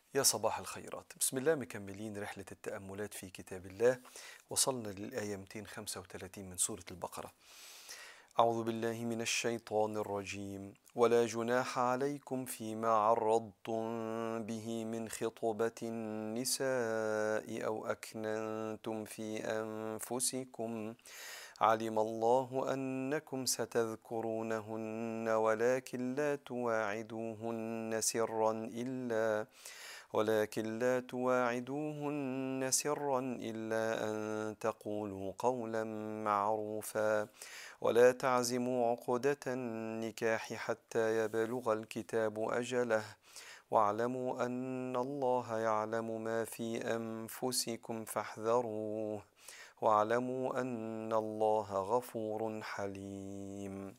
يا صباح الخيرات. بسم الله، مكملين رحلة التأملات في كتاب الله. وصلنا للآية 235 من سورة البقرة. أعوذ بالله من الشيطان الرجيم. ولا جناح عليكم فيما عرضتم به من خطبة النساء أو أكننتم في أنفسكم. علم الله أنكم ستذكرونهن ولكن لا تواعدوهن سرا إلا أن تقولوا قولا معروفا. ولا تعزموا عقدة النكاح حتى يبلغ الكتاب أجله. واعلموا أن الله يعلم ما في أنفسكم فاحذروه. واعلموا أن الله غفور حليم.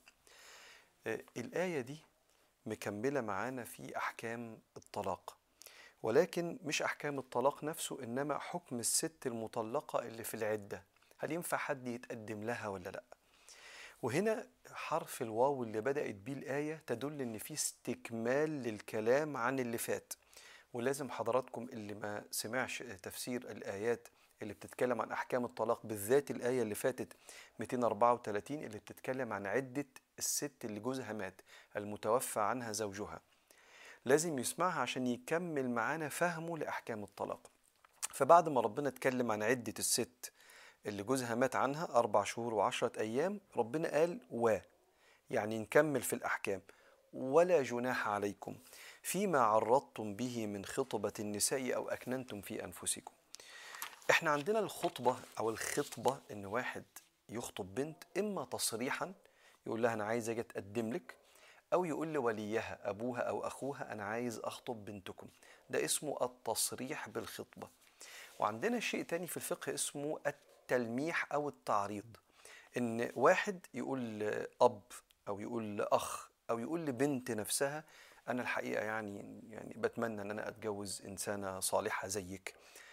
الآية دي مكملة معانا في أحكام الطلاق، ولكن مش أحكام الطلاق نفسه، إنما حكم الست المطلقة اللي في العدة. هل ينفع حد يتقدم لها ولا لأ؟ وهنا حرف الواو اللي بدأت بيه الآية تدل إن في استكمال للكلام عن اللي فات. ولازم حضراتكم اللي ما سمعش تفسير الآيات اللي بتتكلم عن أحكام الطلاق، بالذات الآية اللي فاتت 234 اللي بتتكلم عن عدة الست اللي جوزها مات، المتوفى عنها زوجها، لازم يسمعها عشان يكمل معانا فهمه لأحكام الطلاق. فبعد ما ربنا اتكلم عن عدة الست اللي جوزها مات عنها 4 شهور و10 أيام، ربنا قال يعني نكمل في الأحكام. ولا جناح عليكم فيما عرضتم به من خطبة النساء أو أكننتم في أنفسكم. احنا عندنا الخطبة أو الخطبة إن واحد يخطب بنت، إما تصريحا يقول لها أنا عايز أجي أتقدم لك، أو يقول لوليها أبوها أو أخوها أنا عايز أخطب بنتكم. ده اسمه التصريح بالخطبة. وعندنا شيء تاني في الفقه اسمه التلميح أو التعريض، إن واحد يقول لأب أو يقول لأخ أو يقول لبنت نفسها أنا الحقيقة يعني بتمنى إن أنا أتجوز إنسانة صالحة زيك.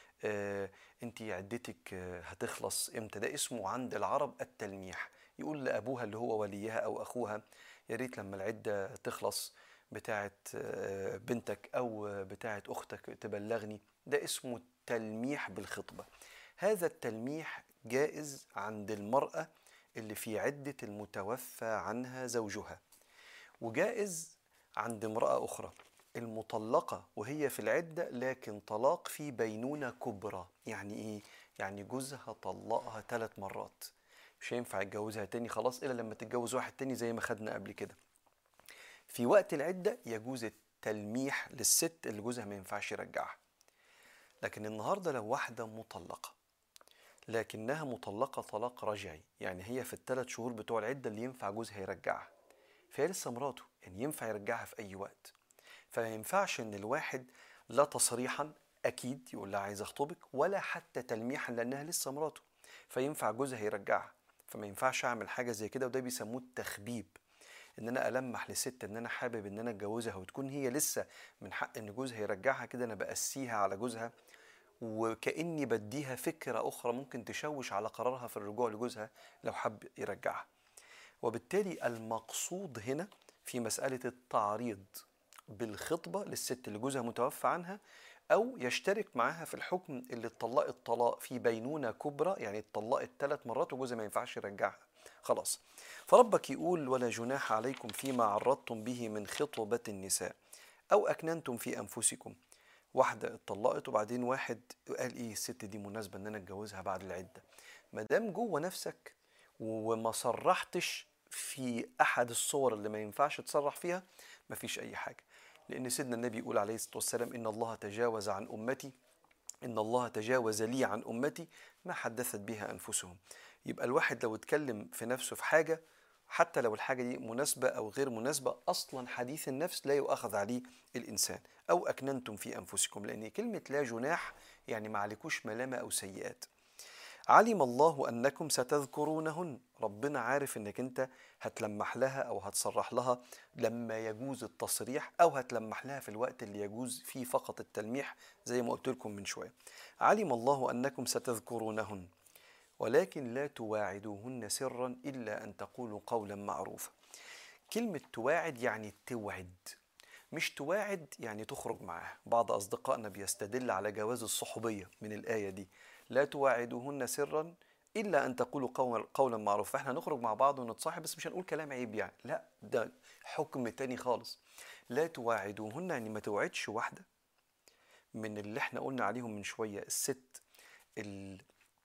أنتي عدتك هتخلص إمتى؟ ده اسمه عند العرب التلميح. يقول لأبوها اللي هو وليها أو أخوها يا ريت لما العدة تخلص بتاعة بنتك أو بتاعة أختك تبلغني. ده اسمه التلميح بالخطبة. هذا التلميح جائز عند المرأة اللي في عدة المتوفى عنها زوجها، وجائز عند امرأة أخرى المطلقة وهي في العدة لكن طلاق في بينونة كبرى. يعني إيه؟ يعني جوزها طلقها 3 مرات، مش هينفع يتجوزها تاني خلاص إلا لما تتجوز واحد تاني زي ما خدنا قبل كده. في وقت العدة يجوز التلميح للست اللي جوزها ما ينفعش يرجعها. لكن النهاردة لو واحدة مطلقة لكنها مطلقة طلاق رجعي، يعني هي في ال3 شهور بتوع العدة اللي ينفع جوزها يرجعها، فهي لسه مراته، يعني ينفع يرجعها في أي وقت. فما ينفعش إن الواحد لا تصريحا أكيد يقول لها عايز أخطبك، ولا حتى تلميحا لأنها لسه مراته، فينفع جوزها يرجعها. فما ينفعش أعمل حاجة زي كده، وده بيسموه التخبيب. إن أنا ألمح لست إن أنا حابب إن أنا أتجوزها وتكون هي لسه من حق إن جوزها يرجعها، كده أنا بأسيها على جوزها، وكأني بديها فكرة أخرى ممكن تشوش على قرارها في الرجوع لجوزها لو حب يرجعها. وبالتالي المقصود هنا في مسألة التعريض بالخطبة للست اللي جوزها متوفى عنها، أو يشترك معاها في الحكم اللي اتطلقت طلاق في بينونة كبرى، يعني اتطلقت 3 مرات وجوزها ما ينفعش يرجعها خلاص. فربك يقول ولا جناح عليكم فيما عرضتم به من خطبة النساء أو أكننتم في أنفسكم. واحدة اتطلقت وبعدين واحد قال ايه الست دي مناسبة ان انا اتجوزها بعد العدة. ما دام جوه نفسك وما صرحتش في احد الصور اللي ما ينفعش تصرح فيها، مفيش اي حاجة. لان سيدنا النبي يقول عليه الصلاة والسلام ان الله تجاوز لي عن امتي ما حدثت بها انفسهم. يبقى الواحد لو اتكلم في نفسه في حاجة، حتى لو الحاجة دي مناسبة أو غير مناسبة، أصلا حديث النفس لا يؤخذ عليه الإنسان. أو أكننتم في أنفسكم، لأن كلمة لا جناح يعني ما عليكوش ملامة أو سيئات. علم الله أنكم ستذكرونهن، ربنا عارف أنك أنت هتلمح لها أو هتصرح لها لما يجوز التصريح، أو هتلمح لها في الوقت اللي يجوز فيه فقط التلميح زي ما قلت لكم من شوية. علم الله أنكم ستذكرونهن ولكن لا تواعدوهن سرا إلا أن تقولوا قولا معروفا. كلمة تواعد يعني توعد. مش تواعد يعني تخرج معاه. بعض أصدقائنا بيستدل على جواز الصحوبية من الآية دي، لا تواعدوهن سرا إلا أن تقولوا قولا معروف. فإحنا نخرج مع بعض ونتصاحب بس مش هنقول كلام عيب يعني، لا ده حكم تاني خالص. لا تواعدوهن يعني ما توعدش واحدة من اللي احنا قلنا عليهم من شوية، الست اللي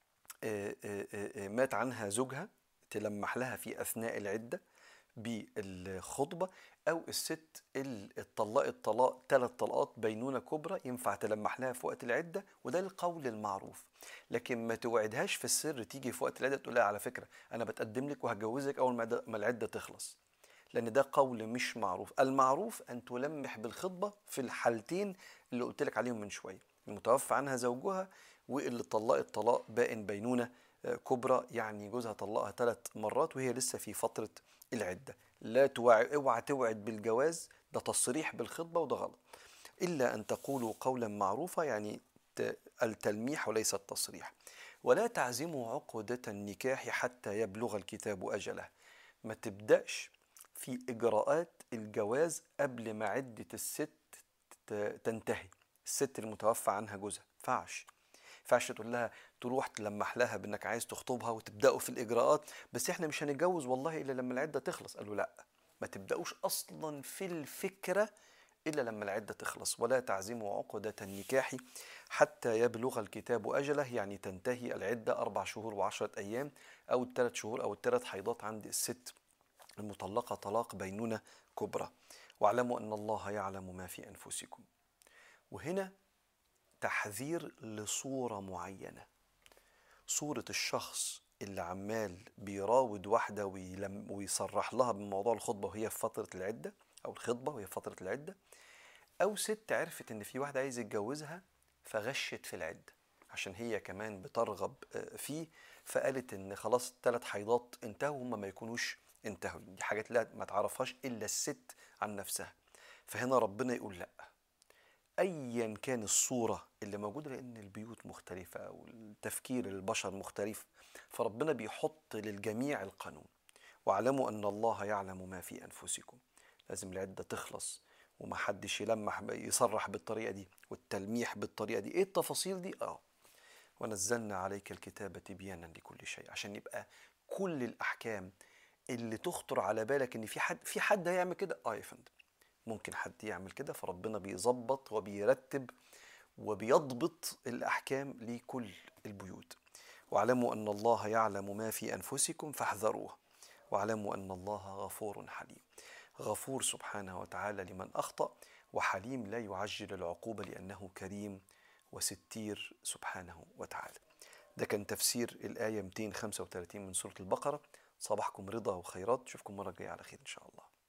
مات عنها زوجها تلمح لها في أثناء العدة بالخطبة، أو الست اللي اتطلقت طلاق 3 طلقات بينونة كبرى ينفع تلمح لها في وقت العدة، وده القول المعروف. لكن ما توعدهاش في السر، تيجي في وقت العدة تقول لها على فكرة أنا بتقدم لك وهتجوزك أول ما العدة تخلص، لأن ده قول مش معروف. المعروف أن تلمح بالخطبة في الحالتين اللي قلت لك عليهم من شوية، المتوفى عنها زوجها واللي طلقت طلاق بائن بينونة كبرى، يعني جوزها طلقها 3 مرات وهي لسه في فترة العدة. لا توعد، اوعى توعد بالجواز، ده تصريح بالخطبة وده غلط. إلا أن تقولوا قولا معروفا، يعني التلميح وليس التصريح. ولا تعزموا عقدة النكاح حتى يبلغ الكتاب أجله. ما تبدأش في إجراءات الجواز قبل ما عدة الست تنتهي. الست المتوفى عنها جوزها ينفعش تقول لها، تروح تلمح لها بانك عايز تخطبها وتبداوا في الاجراءات، بس احنا مش هنتجوز والله الا لما العده تخلص. قالوا لا، ما تبداوش اصلا في الفكره الا لما العده تخلص. ولا تعزموا عقده النكاح حتى يبلغ الكتاب اجله، يعني تنتهي العده 4 شهور و10 ايام، او ال3 شهور او ال3 حيضات عند الست المطلقه طلاق بينونه كبرى. واعلموا ان الله يعلم ما في انفسكم. وهنا تحذير لصورة معينة، صورة الشخص اللي عمال بيراود واحدة ويصرح لها بموضوع الخطبة وهي في فترة العدة، أو الخطبة وهي في فترة العدة، أو ست عرفت إن في واحدة عايز يتجوزها فغشت في العدة عشان هي كمان بترغب فيه، فقالت إن خلاص ال3 حيضات انتهوا، هما ما يكونوش انتهوا. دي حاجات لا ما تعرفهاش إلا الست عن نفسها. فهنا ربنا يقول لأ، ايا كان الصوره اللي موجوده، لان البيوت مختلفه والتفكير البشر مختلف، فربنا بيحط للجميع القانون. واعلموا ان الله يعلم ما في انفسكم. لازم العده تخلص ومحدش يصرح بالطريقه دي، والتلميح بالطريقه دي. ايه التفاصيل دي؟ ونزلنا عليك الكتاب تبيانا لكل شيء، عشان يبقى كل الاحكام اللي تخطر على بالك ان في حد هيعمل كده، يا فندم ممكن حد يعمل كده. فربنا بيظبط وبيرتب وبيضبط الأحكام لكل البيوت. واعلموا أن الله يعلم ما في أنفسكم فاحذروه، واعلموا أن الله غفور حليم. غفور سبحانه وتعالى لمن أخطأ، وحليم لا يعجل العقوبة لأنه كريم وستير سبحانه وتعالى. ده كان تفسير الآية 235 من سورة البقرة. صباحكم رضا وخيرات، نشوفكم مرة جاية على خير إن شاء الله.